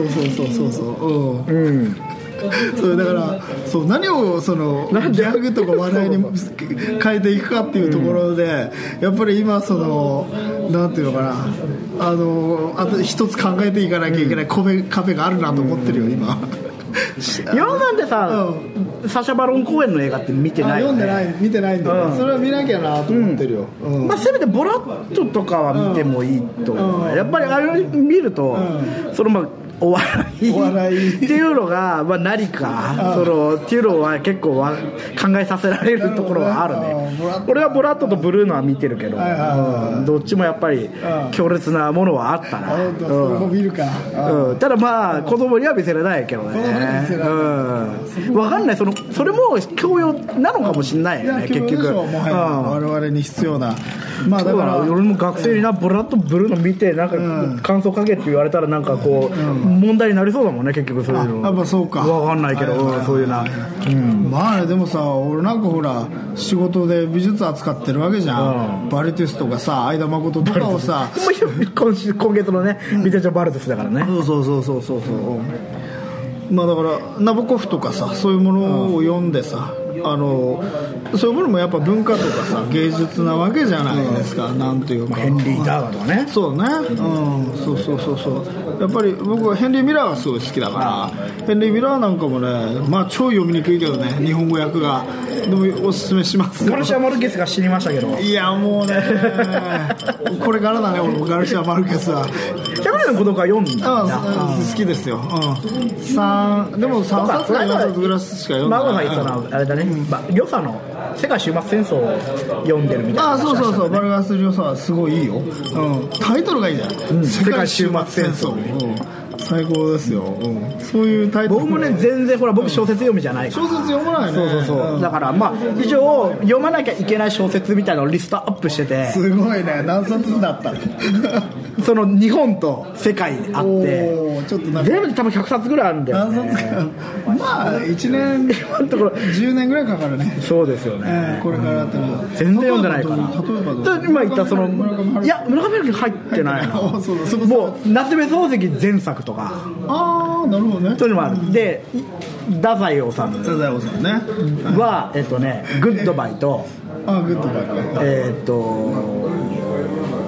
そうだから何をギャグとか話題に変えていくかっていうところで、やっぱり今なんていうのかな、あと一つ考えていかなきゃいけない壁があるなと思ってるよ今。 ヨンさんってさ、サシャバロン公演の映画って見てないよね。 見てないんだよ、それは見なきゃなと思ってるよ。 まあせめてボラットとかは見てもいいと思う。やっぱりあれ見ると、お笑いっていうのが、何かっていうのは結構考えさせられるところはあるね。俺はボラットとブルーノは見てるけど、どっちもやっぱり強烈なものはあったな。ただまあ子供には見せれないけどね。分かんない、それも教養なのかもしれないよね、結局。 我々に必要な。まあだから俺も学生にボラットブルーノ見てなんか感想書けって言われたらなんか問題になりそうだもんね、結局そういうの。 やっぱそうか。 分かんないけど、そういうな。 まあでもさ、俺なんかほら仕事で美術扱ってるわけじゃん。バルティスとかさ、相田誠とかをさ、 今月のねビテージョバルティスだからね。 そう。まあだからナボコフとかさ、そういうものを読んでさ、そういうものもやっぱ文化とかさ芸術なわけじゃないですか、なんていうかヘンリー・ダーガーとかね。 そうね、そうやっぱり僕はヘンリー・ミラーがすごい好きだから、ヘンリー・ミラーなんかもね、まあ超読みにくいけどね、日本語訳が。でもおすすめします。 ガルシア・マルケスが死にましたけど。 いやもうねこれからだね、俺もガルシア・マルケスは。 キャメラのことが読んだ。 好きですよ。でも3冊か4冊ぐらいしか読んでない。 マゴが言ったのはあれだね、リョサの世界終末戦争を読んでるみたいな。 そうバルガス・リョサはすごいいいよ。タイトルがいいじゃん、世界終末戦争。最高ですよ、そういうタイトル。 僕もね全然ほら僕小説読みじゃないから。 小説読まないね。 そうだからまあ一応読まなきゃいけない小説みたいなのをリストアップしてて。 すごいね、何冊だったその日本と世界あってちょっとなんか全部で多分100冊ぐらいあるんだよね。 何冊かまあ1年10年ぐらいかかるね。 そうですよね、 これからだったら全然読んでないから。 例えば今言ったいや村上春樹入ってないなもう夏目漱石前作とか。 なるほどね。 そういうのもある。で太宰治ねはグッドバイとグッドバイか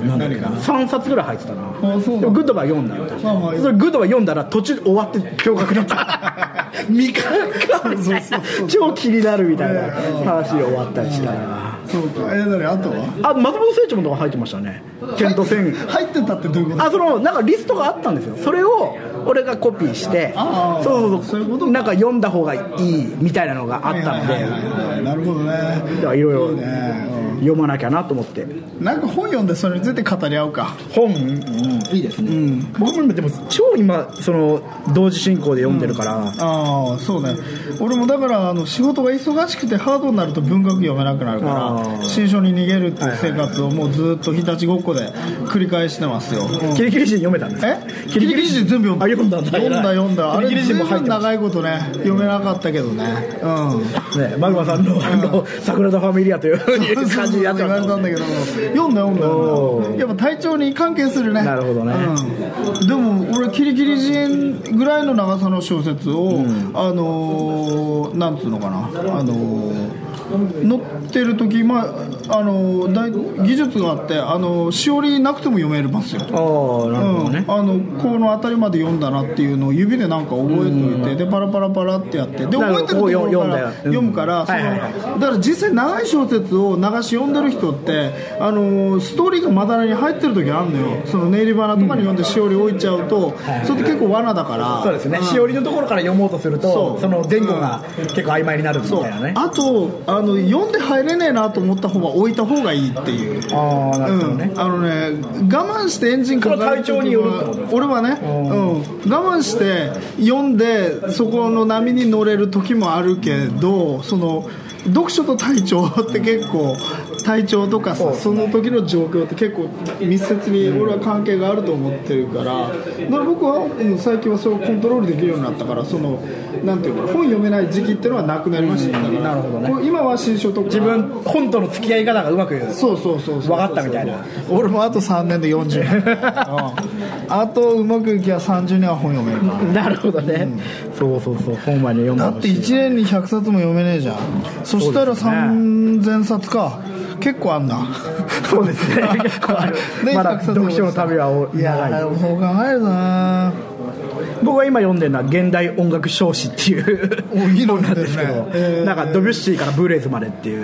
なんだっけな、3冊ぐらい入ってたな。 そうでもグッドバイ読んだよ。それグッドバイ読んだら途中終わって驚愕だった未完かみたいな、超気になるみたいな話で終わったりしたな。 そうか。何あとは？ 松本清張のとこ入ってましたね。ケント戦入ってたってどういうこと？ そのなんかリストがあったんですよ。それを俺がコピーして、そういうことなんか読んだ方がいいみたいなのがあったので、 なるほどね。 いろいろ読まなきゃなと思って。 なんか本読んでそれについて語り合うか。 本、いいですね。僕もでも超今その同時進行で読んでるから。 そうね。俺もだから仕事が忙しくてハードになると文学読めなくなるから新書に逃げるっていう生活をもうずっと日立ごっこで繰り返してますよ。 キリキリ人読めたんですか？ キリキリ人全部読んだ。読んだ。あれ全部長いことね読めなかったけどね。 ね、マグマさんのサグラダ・ファミリアという感じでやってましたんだけど読んだやっぱ体調に関係するね。 なるほどね。 でも俺キリキリ人ぐらいの長さの小説をなんつうのかな載ってる時、技術があってしおりなくても読めますよ。 なるほどね。 この辺りまで読んだなっていうのを指でなんか覚えておいて、でパラパラパラってやってで覚えてるところから読むから、だから実際長い小説を流し読んでる人ってストーリーがまだらに入ってる時あるのよ。そのネイリバナとかに読んでしおり置いちゃうと、それって結構罠だから。 そうですね。しおりのところから読もうとするとその前後が結構曖昧になるみたいなね。 あと読んで入れねえなと思った方が置いた方がいいっていう。 なるほどね。 我慢してエンジンかかる体調による俺はね、我慢して読んでそこの波に乗れる時もあるけど、その読書と体調って結構体調とかさ、その時の状況って結構密接に俺は関係があると思ってるから、僕は最近はそれをコントロールできるようになったから、そのなんていうか本読めない時期っていうのはなくなりました。なるほどね。今は新書とか自分本との付き合い方がうまく分かったみたいな。 俺もあと3年で40年あとうまくいきゃ30年は本読めるから。 なるほどね。そう本まで読んだ。 だって1年に100冊も読めねえじゃん。そしたら3000冊か。結構あんな。 そうですね。結構ある。まだ読書の旅は長い。 そう考えるな。 僕が今読んでるのは現代音楽小史っていう本なんですけど、なんかドビュッシーからブレーズまでっていう。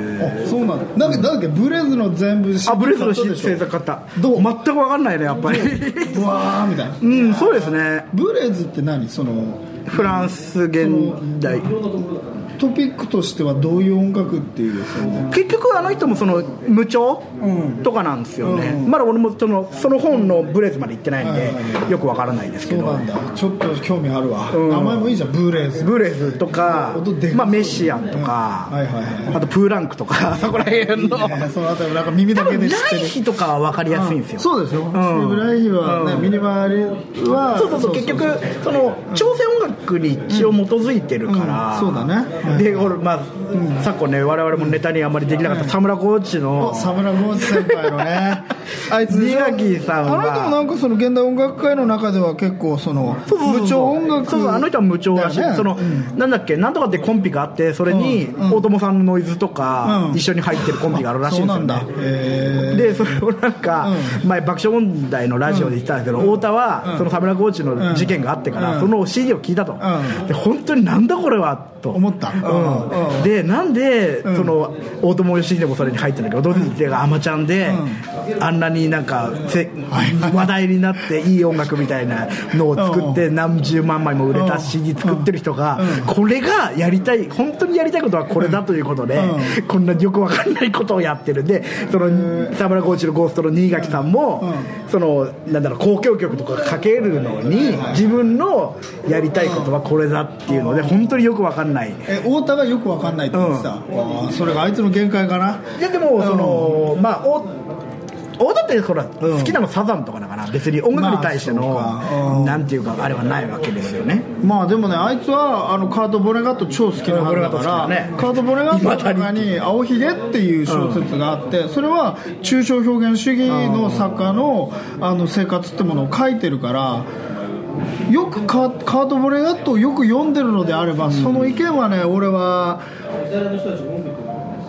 そうなんだ。なんだっけブレーズの全部ブレーズの制作方どう全く分かんないねやっぱり。 うわーみたいな。 そうですね。 ブレーズって何？そのフランス現代。 トピックとしてはどういう音楽っていう結局あの人もその無調とかなんですよね。まだ俺もその本のブレーズまで行ってないんでよくわからないですけど。 そうなんだ。ちょっと興味あるわ。名前もいいじゃん。ブレーズとか、メシアンとか、あとプーランクとかそこら辺の。 そのあたりなんか耳だけで知ってる。 ライヒとかはわかりやすいんですよ。 そうですよ。スティーブ・ライヒはねミニマルはそう結局その朝鮮音楽に一応基づいてるから。 そうだね。 で俺昨今ね我々もネタにあんまりできなかったサムラコーチの先輩のねあいつ新垣さんはあの人もなんかその現代音楽界の中では結構その無調音楽あの人は無調だし、そのなんだっけなんとかってコンピがあってそれに大友さんのノイズとか一緒に入ってるコンピがあるらしいんですよね。でそれをなんか前爆笑問題のラジオで言ってたんですけど、太田はそのサムラコーチの事件があってからその CD を聞いたと。で本当になんだこれはと思った。 でなんでその大友義秀もそれに入ってるんだけど、踊り手がアマちゃんであんなになんか話題になっていい音楽みたいなのを作って何十万枚も売れた CD 作ってる人がこれがやりたい本当にやりたいことはこれだということでこんなよくわかんないことをやってる。でその沢村コーチのゴーストの新垣さんもそのなんだろう交響曲とかかけるのに自分のやりたいことはこれだっていうので本当によくわかんない。 太田がよくわかんないって言ってた。それがあいつの限界かな。 いやでもその太田ってほら好きなのサザンとかだから別に音楽に対してのなんていうかあれはないわけですよね。 まあでもねあいつはカート・ボネガット超好きなはずだから、カート・ボネガットの中に「青ひげ」っていう小説があってそれは抽象表現主義の作家の生活ってものを書いてるからよくカート・ボネガットをよく読んでるのであればその意見はね俺は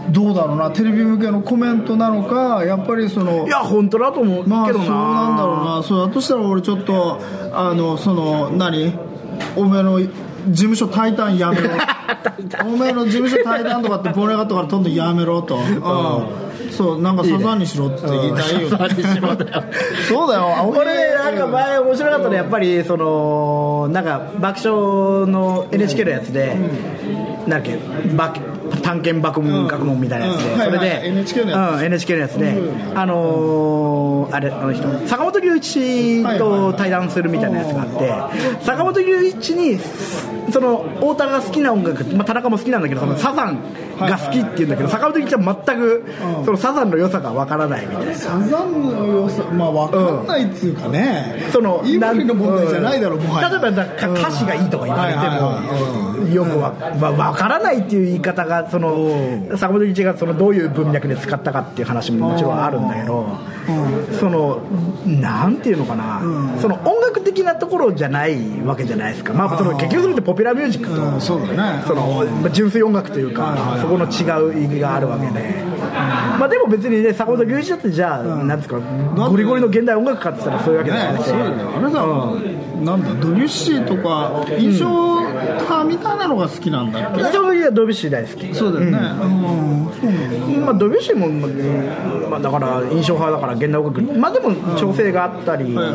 どうだろうな、テレビ向けのコメントなのか、やっぱりその、 いや本当だと思うけどな、 そうなんだろうな。そうだとしたら俺ちょっとそのおめえの事務所タイタンやめろおめえの事務所タイタンとかってボネガとかどんどんやめろと、そうなんかサザンにしろって言いたいよ、 サザンにしろだよそうだよ。 俺なんか前面白かったのやっぱりそのなんか爆笑の NHK のやつで、なんだっけ探検爆問学問みたいなやつで、それで NHK のやつであの人坂本龍一と対談するみたいなやつがあって、坂本龍一にその太田が好きな音楽、田中も好きなんだけど、そのサザンが好きって言うんだけど、坂本龍一は全くそのサザンの良さがわからないみたいな。 サザンの良さわかんないっつうかね、 そのいい悪いの問題じゃないだろう、もはや。 例えば歌詞がいいとか言われてもよくわからないっていう言い方が、その坂本龍一がそのどういう文脈で使ったかっていう話ももちろんあるんだけど、そのなんていうのかな、その音楽的なところじゃないわけじゃないですか。その結局それってポピュラーミュージックと、 そうだね、 その純粋音楽というか、そこの違う意味があるわけで、でも別にね、坂本龍一だってじゃあなんですか、ゴリゴリの現代音楽かって言ったらそういうわけじゃないですか。 そうだよ、あれだ、なんだドビュッシーとか印象派みたいなのが好きなんだっけ。 そういうドビュッシー大好き。 そうだよね。 ドビュッシーもだから印象派だから現代音楽、でも調整があったり、ちょ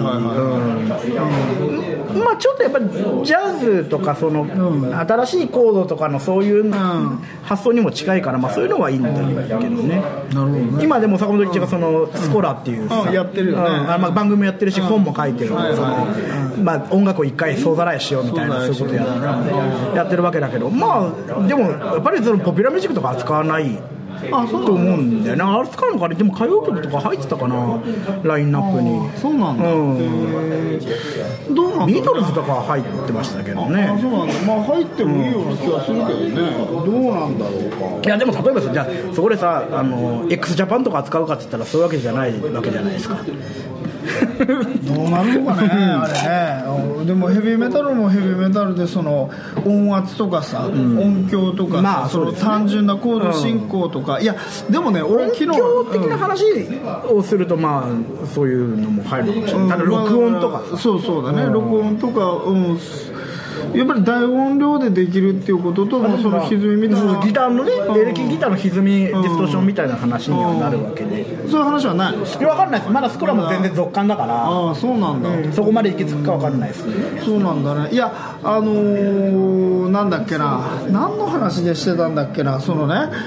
っとやっぱりジャズとかその新しいコードとかのそういう発想にも近いから、そういうのはいいんだけどね。 なるほどね。 今でも坂本龍一がそのスコラっていうやってるよね。 番組やってるし、本も書いてる。音楽を一回総ざらいしようみたいな、そういうことやってるわけだけど、でもやっぱりそのポピュラーミュージックとか扱わないと思うんだよね。扱うのかね。でも歌謡曲とか入ってたかな、ラインナップに。 そうなんだ。 どうなんだ、ビートルズとか入ってましたけどね。 そうなんだ。入ってもいいような気はするけどね。どうなんだろうか。 いやでも例えばじゃあそこでさx ジャパンとか扱うかって言ったらそういうわけじゃないわけじゃないですか。 どうなるのかね、あれね。でもヘビーメタルもヘビーメタルで、その音圧とかさ、音響とか、その単純なコード進行とか、いやでもね、俺昨日音響的な話をするとそういうのも入るかもしれない。ただ録音とか、 そうだね、録音とか、やっぱり大音量でできるっていうことと、その歪みみたいなギターのね、エレキギターの歪み、ディストーションみたいな話にはなるわけで、 そういう話はないの？ 分かんないです。まだスコラも全然続刊だから。 そうなんだ。 そこまで行き着くか分かんないですね。 そうなんだね。いやなんだっけな、何の話でしてたんだっけな、そのね、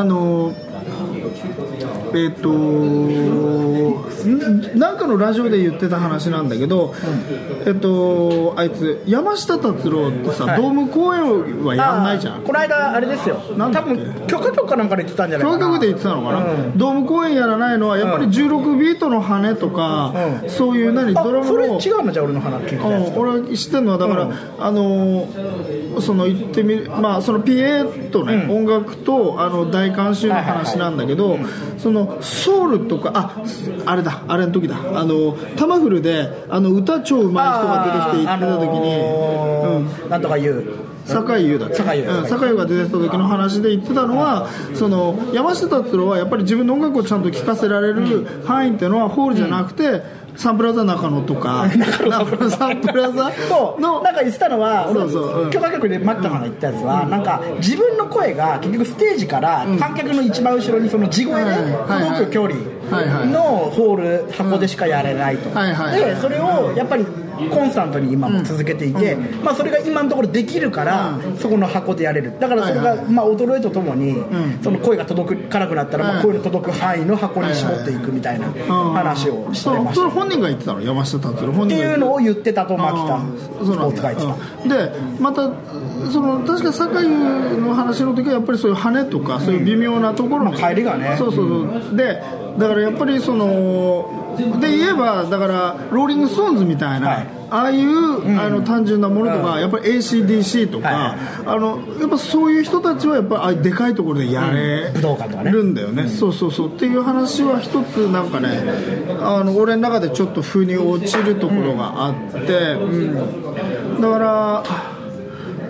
なんかのラジオで言ってた話なんだけど、あいつ山下達郎ってさ、ドーム公演はやんないじゃん。 この間あれですよ、多分許可局かなんかで言ってたんじゃないかな。 許可局で言ってたのかな、ドーム公演やらないのはやっぱり16ビートの羽とか、そういうドラムの、 それ違うの？じゃあ俺の話聞いてたやつ。 俺は知ってるのはだから、その言ってみる、その PA とね、音楽と大観衆の話なんだけど、そのソウルとか、あれの時だ、タマフルで歌超うまい人が出てきて言ってた時に、 なんとか言う坂井優だっけ、坂井優が出てた時の話で言ってたのは、その山下達郎はやっぱり自分の音楽をちゃんと聴かせられる範囲っていうのはホールじゃなくて、サンプラザ中野とかサンプラザのなんか言ってたのは、許可局でマッタさんが言ったやつは、なんか自分の声が結局ステージから観客の一番後ろにその地声で届く距離のホール箱でしかやれないと。でそれをやっぱりコンスタントに今も続けていて、それが今のところできるから、そこの箱でやれる。だからそれが衰えとともに、その声が届かなくなったら、声の届く範囲の箱に絞っていくみたいな話をしてました。 それ本人が言ってたの？山下達郎本人っていうのを言ってたと牧田スポーツが言ってた。 でまたその確か坂井の話の時はやっぱりそういう羽とか、そういう微妙なところの帰りがね、 でだからやっぱりそので言えば、だからローリングストーンズみたいな、ああいう単純なものとか、やっぱり AC/DC とか、やっぱそういう人たちはやっぱりでかいところでやれるんだよね。そうっていう話は一つなんかね、俺の中でちょっと風に落ちるところがあって、だから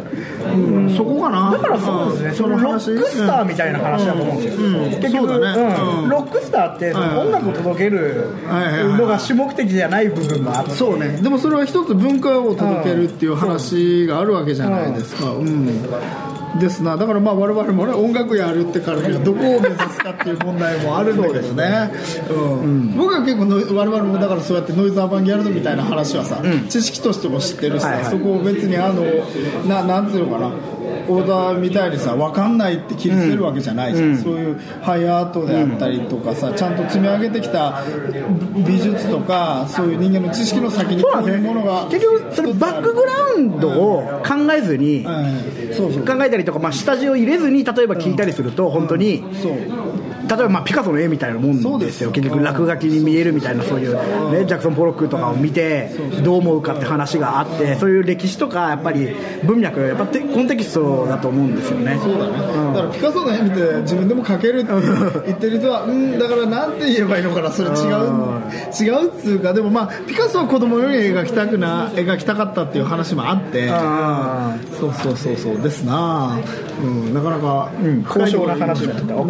そこかな。 だからそうですね、そのロックスターみたいな話だと思うんですよ、結局、ロックスターって音楽を届けるのが主目的じゃない部分もあって、 そうね、でもそれは一つ文化を届けるっていう話があるわけじゃないですか。ですな。だからまあ我々もね、音楽やるってからにはどこを目指すかっていう問題もあるんだけどね。僕は結構我々もだからそうやってノイズアバンギャルドみたいな話はさ、知識としても知ってるしさ、そこを別になんていうのかな、オーダーみたいにさ分かんないって切り捨てるわけじゃないじゃん、そういうハイアートであったりとかさ、ちゃんと積み上げてきた美術とかそういう人間の知識の先にこういうものが、 結局そのバックグラウンドを考えずに、考えたりとか、まあ、下地を入れずに例えば聞いたりすると本当に、例えばまあピカソの絵みたいなもんですよ。結局落書きに見えるみたいな、そういう、ね、ジャクソン・ポロックとかを見てどう思うかって話があって、そういう歴史とかやっぱり文脈、やっぱコンテキストだと思うんですよね。 そうだね、だからピカソの絵見て自分でも描けるって言ってる人はだからなんて言えばいいのかな、それ違うっていうか、でもまあピカソは子供より描きたかったっていう話もあって、そうですな、なかなか高尚な話だった。結構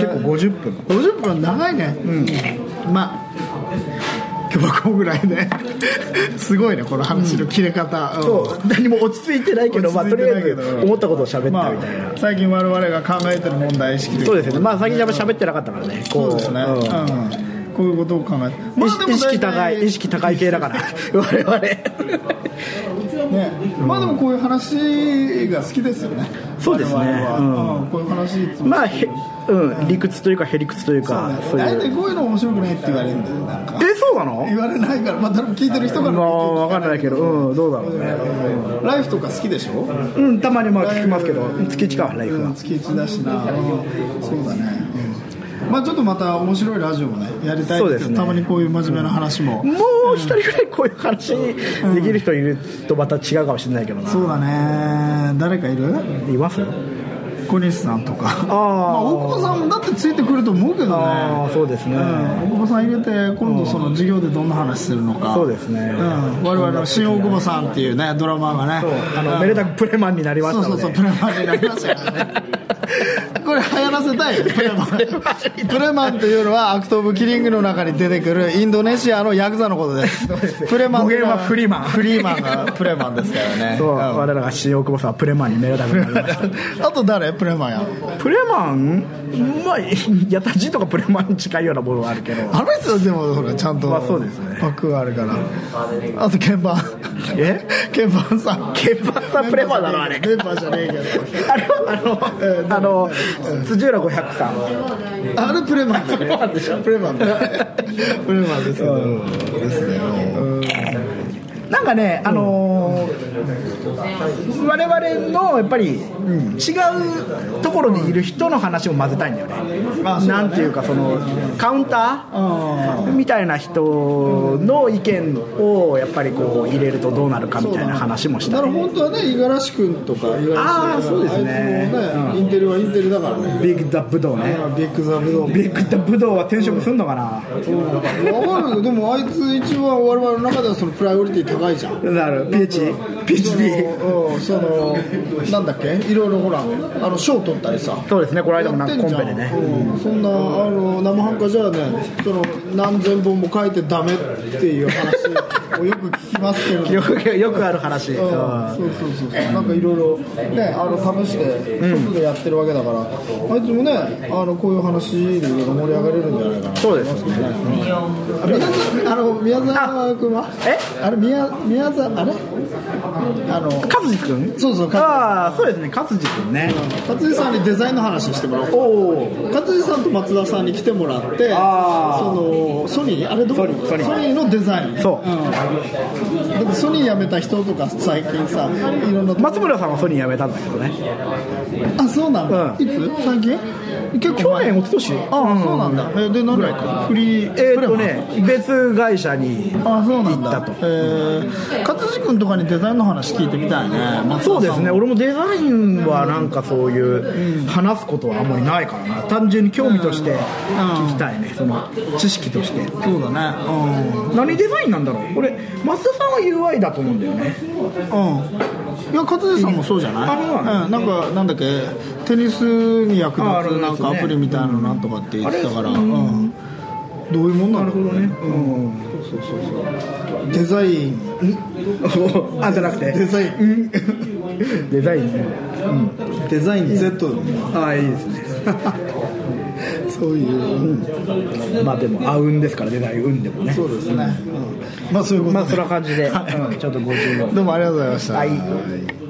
50分長いね。まあ今日はこのぐらいですごいね、この話の切れ方。 そう何も落ち着いてないけど、まあ、とりあえず思ったことを喋ったみたいな、 最近我々が考えてる問題意識で、 そうですね、まあ最近やっぱ喋ってなかったからね、 そうですね、こういうことを考えて、 意識高い系だから我々 ね、まあでもこういう話が好きですよね。 そうですね、 こういう話まあ理屈というかへりくつというか、 大体こういうの面白くないって言われるんだよ。なんかそうなの？ 言われないから、まあ誰も聞いてる人から分かんないけど、どうだろうね。 ライフとか好きでしょ？ たまにまあ聞きますけど、月1かライフは月1だしな。そうだね。まあちょっとまた面白いラジオもねやりたいですけど、たまにこういう真面目な話も、 もう一人ぐらいこういう話できる人いるとまた違うかもしれないけどな。 そうだね。誰かいます？小西さんとか、まあ、大久保さんもだってついてくると思うけどね。 そうですね、 大久保さん入れて今度その授業でどんな話するのか。 そうですね、 我々の新大久保さんっていうねドラマーがね、 めでたくプレマンになりましたので、 そうプレマンになりましたからねこれ流行らせたいよ、プレマンというのはアクト・オブ・キリングの中に出てくるインドネシアのヤクザのことです。 プレマンはフリーマンがプレマンですからね。 我らが新大久保さんはプレマンにめでたくなりましたあと誰？プレマンや。 プレマン、まあやたじとかプレマンに近いようなものはあるけど、 あの人はでもほらちゃんとバックがあるから。あと鍵盤さんプレマンだろあれ。 メンバーじゃねえけど辻浦500さん、 あれプレマンでしょ。プレマンですけどですね。 なんかね、我々のやっぱり違うところにいる人の話を混ぜたいんだよね。なんていうか、そのカウンターみたいな人の意見をやっぱりこう入れるとどうなるかみたいな話もしたい。 だから本当はね、五十嵐君とか、 そうですね、 インテリはインテリだからね。 ビッグザブドウね。 ビッグザブドウは転職するのかな。 分かるけど、でもあいつ一番我々の中ではそのプライオリティ高いじゃん。 なる PhD そのなんだっけ、いろいろほら賞取ったりさ。 そうですね、この間もなんかコンペでね、 そんな生半可じゃね、その何千本も書いてダメっていう話をよく聞きますけどよくある話。 そうなんかいろいろね試して外でやってるわけだから、あいつもねこういう話でいろいろ盛り上がれるんじゃないかな。 そうですね。 宮沢君は宮沢勝治君。 そうそうですね、勝治君ね。 勝治さんにデザインの話してもらおう。勝治さんと松田さんに来てもらって、そのソニーのデザイン。そう、だってソニー辞めた人とか最近さ、いろんな松村さんはソニー辞めたんだけどね。 あ、そうなんだ。いつ？最近？ 結構去年、一昨年。 そうなんだ。で何ぐらいか。 別会社に行ったと。 勝治君とかにデザインの話聞いてみたいね。 そうですね、俺もデザインはなんかそういう話すことはあんまりないからな。単純に興味として聞きたいね、その知識として。 そうだね。 何デザインなんだろう。俺松田さんは UI だと思うんだよね。 いや勝地さんもそうじゃない、なんかなんだっけテニスに役立つなんかアプリみたいなのなんとかって言ってたから、どういうもんなの。なるほどね。そうデザインじゃなくてデザインデザインね、 デザイン Z。 いいですね。 そういう、 まあでも運ですからデザイン運でもね。 そうですね。まあそういうことで、 まあそんな感じで、ちょっと50のどうもありがとうございました。 はい。